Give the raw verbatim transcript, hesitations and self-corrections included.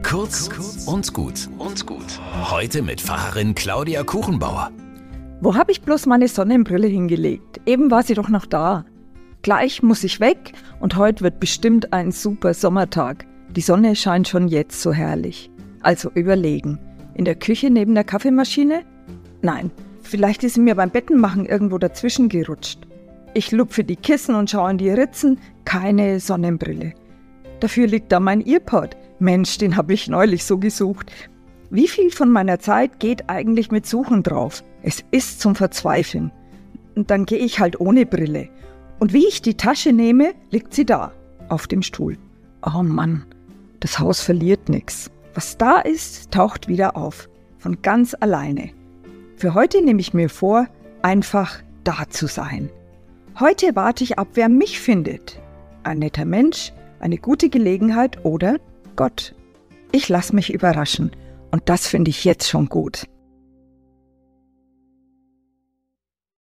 Kurz und gut und gut. Heute mit Pfarrerin Claudia Kuchenbauer. Wo habe ich bloß meine Sonnenbrille hingelegt? Eben war sie doch noch da. Gleich muss ich weg und heute wird bestimmt ein super Sommertag. Die Sonne scheint schon jetzt so herrlich. Also überlegen. In der Küche neben der Kaffeemaschine? Nein, vielleicht ist sie mir beim Bettenmachen irgendwo dazwischen gerutscht. Ich lupfe die Kissen und schaue in die Ritzen. Keine Sonnenbrille. Dafür liegt da mein Earpod. Mensch, den habe ich neulich so gesucht. Wie viel von meiner Zeit geht eigentlich mit Suchen drauf? Es ist zum Verzweifeln. Und dann gehe ich halt ohne Brille. Und wie ich die Tasche nehme, liegt sie da, auf dem Stuhl. Oh Mann, das Haus verliert nichts. Was da ist, taucht wieder auf. Von ganz alleine. Für heute nehme ich mir vor, einfach da zu sein. Heute warte ich ab, wer mich findet. Ein netter Mensch, eine gute Gelegenheit oder Gott. Ich lasse mich überraschen und das finde ich jetzt schon gut.